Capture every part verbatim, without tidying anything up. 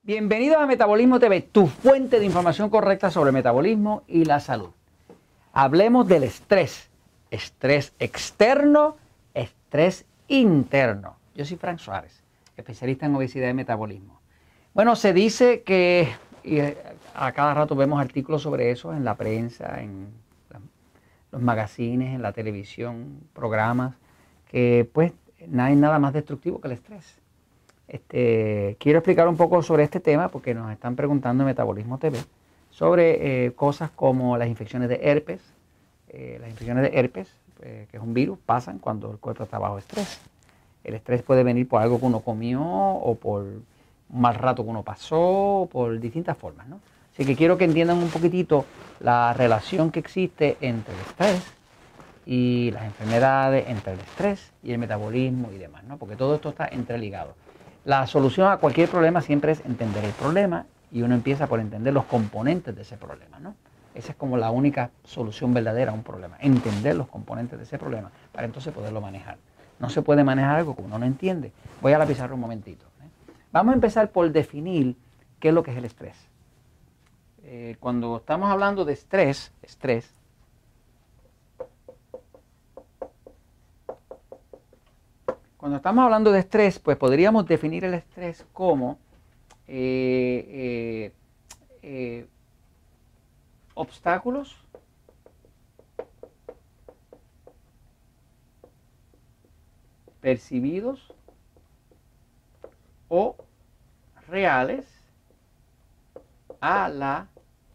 Bienvenidos a Metabolismo T V, tu fuente de información correcta sobre el metabolismo y la salud. Hablemos del estrés. Estrés externo, estrés interno. Yo soy Frank Suárez, especialista en obesidad y metabolismo. Bueno, se dice que, y a cada rato vemos artículos sobre eso en la prensa, en los magazines, en la televisión, programas, que pues no hay nada más destructivo que el estrés. Este, quiero explicar un poco sobre este tema porque nos están preguntando en Metabolismo T V sobre eh, cosas como las infecciones de herpes. Eh, las infecciones de herpes, eh, que es un virus, pasan cuando el cuerpo está bajo estrés. El estrés puede venir por algo que uno comió o por un mal rato que uno pasó, o por distintas formas, ¿no? Así que quiero que entiendan un poquitito la relación que existe entre el estrés y las enfermedades, entre el estrés y el metabolismo y demás, ¿no? Porque todo esto está entreligado. La solución a cualquier problema siempre es entender el problema y uno empieza por entender los componentes de ese problema, ¿no? Esa es como la única solución verdadera a un problema, entender los componentes de ese problema para entonces poderlo manejar. No se puede manejar algo que uno no entiende. Voy a la pizarra un momentito, ¿eh? Vamos a empezar por definir qué es lo que es el estrés. Eh, cuando estamos hablando de estrés, estrés, Cuando estamos hablando de estrés, pues podríamos definir el estrés como eh, eh, eh, obstáculos percibidos o reales a la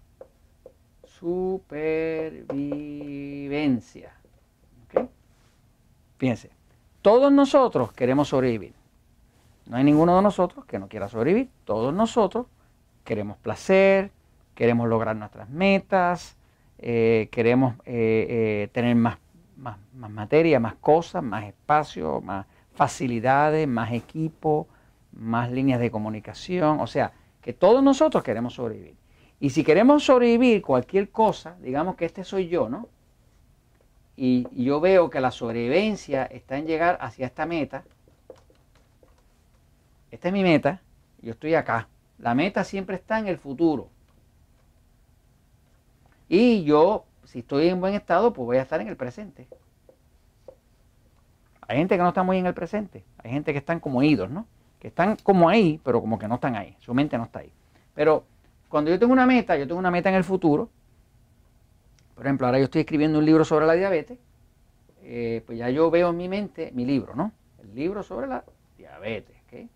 supervivencia. ¿Okay? Fíjense. Todos nosotros queremos sobrevivir. No hay ninguno de nosotros que no quiera sobrevivir. Todos nosotros queremos placer, queremos lograr nuestras metas, eh, queremos eh, eh, tener más, más, más materia, más cosas, más espacio, más facilidades, más equipo, más líneas de comunicación. O sea, que todos nosotros queremos sobrevivir. Y si queremos sobrevivir cualquier cosa, digamos que este soy yo, ¿no? Y yo veo que la sobrevivencia está en llegar hacia esta meta. Esta es mi meta. Yo estoy acá. La meta siempre está en el futuro. Y yo, si estoy en buen estado, pues voy a estar en el presente. Hay gente que no está muy en el presente. Hay gente que están como idos, ¿no? Que están como ahí, pero como que no están ahí. Su mente no está ahí. Pero cuando yo tengo una meta, yo tengo una meta en el futuro. Por ejemplo, ahora yo estoy escribiendo un libro sobre la diabetes, eh, pues ya yo veo en mi mente mi libro, ¿no? El libro sobre la diabetes, ¿ok?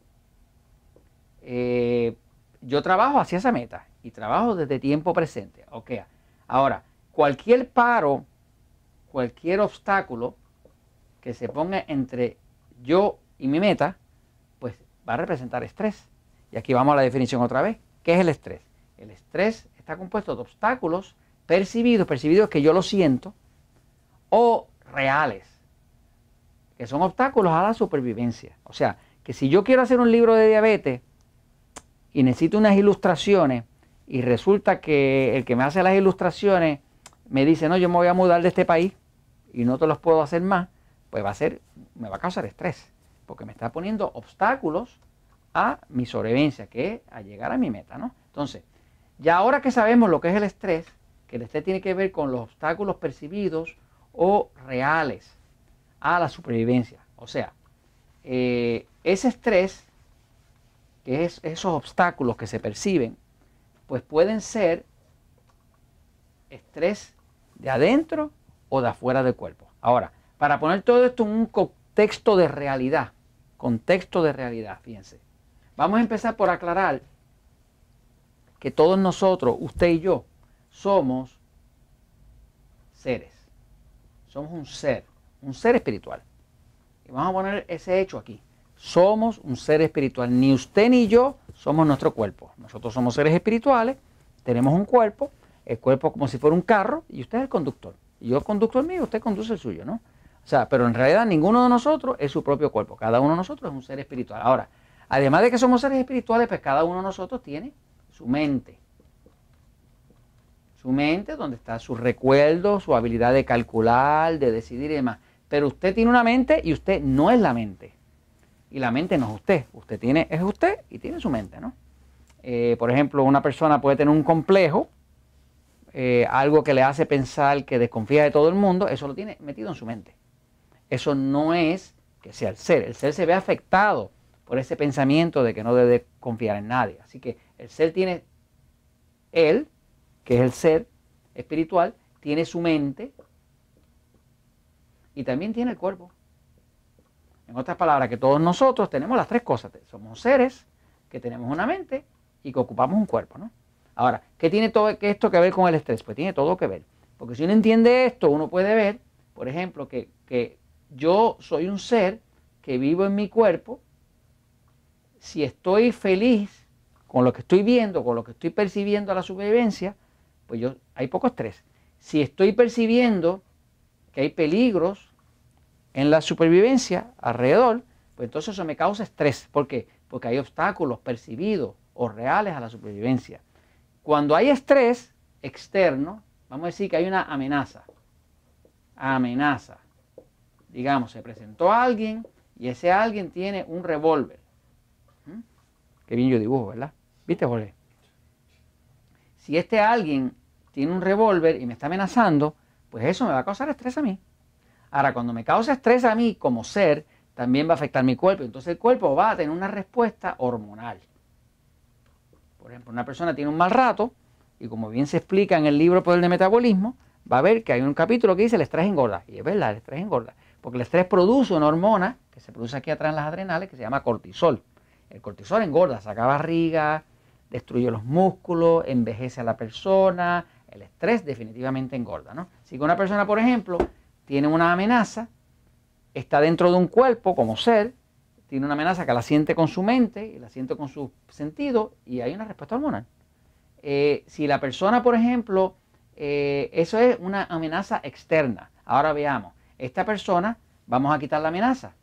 Eh, yo trabajo hacia esa meta y trabajo desde tiempo presente, ¿ok? Ahora, cualquier paro, cualquier obstáculo que se ponga entre yo y mi meta, pues va a representar estrés. Y aquí vamos a la definición otra vez. ¿Qué es el estrés? El estrés está compuesto de obstáculos percibidos, percibidos que yo lo siento, o reales, que son obstáculos a la supervivencia. O sea, que si yo quiero hacer un libro de diabetes y necesito unas ilustraciones y resulta que el que me hace las ilustraciones me dice, no, yo me voy a mudar de este país y no te los puedo hacer más, pues va a ser, me va a causar estrés, porque me está poniendo obstáculos a mi sobrevivencia, que es a llegar a mi meta, ¿no? Entonces, ya ahora que sabemos lo que es el estrés, que el estrés tiene que ver con los obstáculos percibidos o reales a la supervivencia. O sea, eh, ese estrés, que es esos obstáculos que se perciben, pues pueden ser estrés de adentro o de afuera del cuerpo. Ahora, para poner todo esto en un contexto de realidad, contexto de realidad, fíjense, vamos a empezar por aclarar que todos nosotros, usted y yo, somos seres. Somos un ser, un ser espiritual. Y vamos a poner ese hecho aquí. Somos un ser espiritual. Ni usted ni yo somos nuestro cuerpo. Nosotros somos seres espirituales, tenemos un cuerpo, el cuerpo como si fuera un carro, y usted es el conductor. Y yo el conductor mío, usted conduce el suyo, ¿no? O sea, pero en realidad ninguno de nosotros es su propio cuerpo. Cada uno de nosotros es un ser espiritual. Ahora, además de que somos seres espirituales, pues cada uno de nosotros tiene su mente. Su mente, donde está su recuerdo, su habilidad de calcular, de decidir y demás. Pero usted tiene una mente y usted no es la mente. Y la mente no es usted. Usted tiene, es usted y tiene su mente, ¿no? Eh, por ejemplo, una persona puede tener un complejo, eh, algo que le hace pensar que desconfía de todo el mundo, eso lo tiene metido en su mente. Eso no es que sea el ser. El ser se ve afectado por ese pensamiento de que no debe confiar en nadie. Así que el ser tiene, él, que es el ser espiritual, tiene su mente y también tiene el cuerpo. En otras palabras, que todos nosotros tenemos las tres cosas. Somos seres que tenemos una mente y que ocupamos un cuerpo, ¿no? Ahora, ¿qué tiene todo esto que ver con el estrés? Pues tiene todo que ver. Porque si uno entiende esto, uno puede ver, por ejemplo, que, que yo soy un ser que vivo en mi cuerpo. Si estoy feliz con lo que estoy viendo, con lo que estoy percibiendo a la supervivencia, pues yo, hay poco estrés. Si estoy percibiendo que hay peligros en la supervivencia alrededor, pues entonces eso me causa estrés. ¿Por qué? Porque hay obstáculos percibidos o reales a la supervivencia. Cuando hay estrés externo, vamos a decir que hay una amenaza. Amenaza. Digamos, se presentó alguien y ese alguien tiene un revólver. ¿Mm? Qué bien yo dibujo, ¿verdad? ¿Viste, Jorge? Si este alguien tiene un revólver y me está amenazando, pues eso me va a causar estrés a mí. Ahora, cuando me causa estrés a mí como ser, también va a afectar mi cuerpo. Entonces el cuerpo va a tener una respuesta hormonal. Por ejemplo, una persona tiene un mal rato y como bien se explica en el libro Poder del Metabolismo, va a ver que hay un capítulo que dice el estrés engorda. Y es verdad, el estrés engorda. Porque el estrés produce una hormona que se produce aquí atrás en las adrenales que se llama cortisol. El cortisol engorda, saca barriga, destruye los músculos, envejece a la persona. El estrés definitivamente engorda, ¿no? Si una persona, por ejemplo, tiene una amenaza, está dentro de un cuerpo como ser, tiene una amenaza que la siente con su mente y la siente con sus sentidos y hay una respuesta hormonal. Eh, si la persona, por ejemplo, eh, eso es una amenaza externa. Ahora veamos, esta persona, vamos a quitar la amenaza.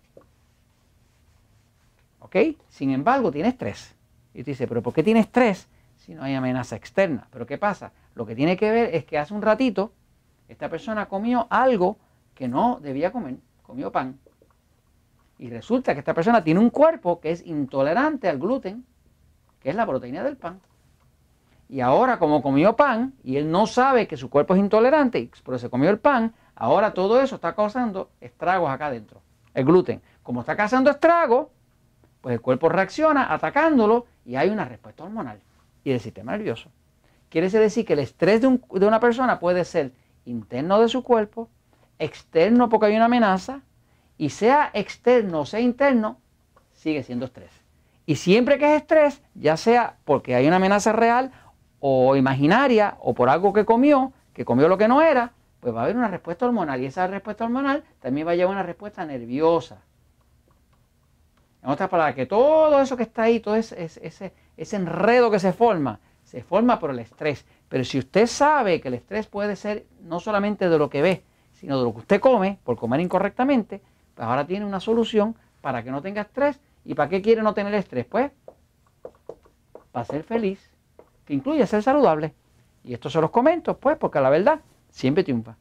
¿Ok? Sin embargo, tiene estrés. Y te dice, ¿pero por qué tiene estrés si no hay amenaza externa? ¿Pero qué pasa? Lo que tiene que ver es que hace un ratito esta persona comió algo que no debía comer, comió pan. Y resulta que esta persona tiene un cuerpo que es intolerante al gluten, que es la proteína del pan. Y ahora como comió pan, y él no sabe que su cuerpo es intolerante, pero se comió el pan, ahora todo eso está causando estragos acá adentro. El gluten. Como está causando estragos, pues el cuerpo reacciona atacándolo y hay una respuesta hormonal y del sistema nervioso. Quiere decir que el estrés de, un, de una persona puede ser interno de su cuerpo, externo porque hay una amenaza, y sea externo o sea interno, sigue siendo estrés. Y siempre que es estrés, ya sea porque hay una amenaza real o imaginaria o por algo que comió, que comió lo que no era, pues va a haber una respuesta hormonal y esa respuesta hormonal también va a llevar una respuesta nerviosa. En otras palabras, que todo eso que está ahí, todo ese, ese, ese enredo que se forma, se forma por el estrés. Pero si usted sabe que el estrés puede ser no solamente de lo que ve, sino de lo que usted come, por comer incorrectamente, pues ahora tiene una solución para que no tenga estrés. ¿Y para qué quiere no tener estrés? Pues para ser feliz, que incluye ser saludable. Y esto se los comento, pues, porque la verdad siempre triunfa.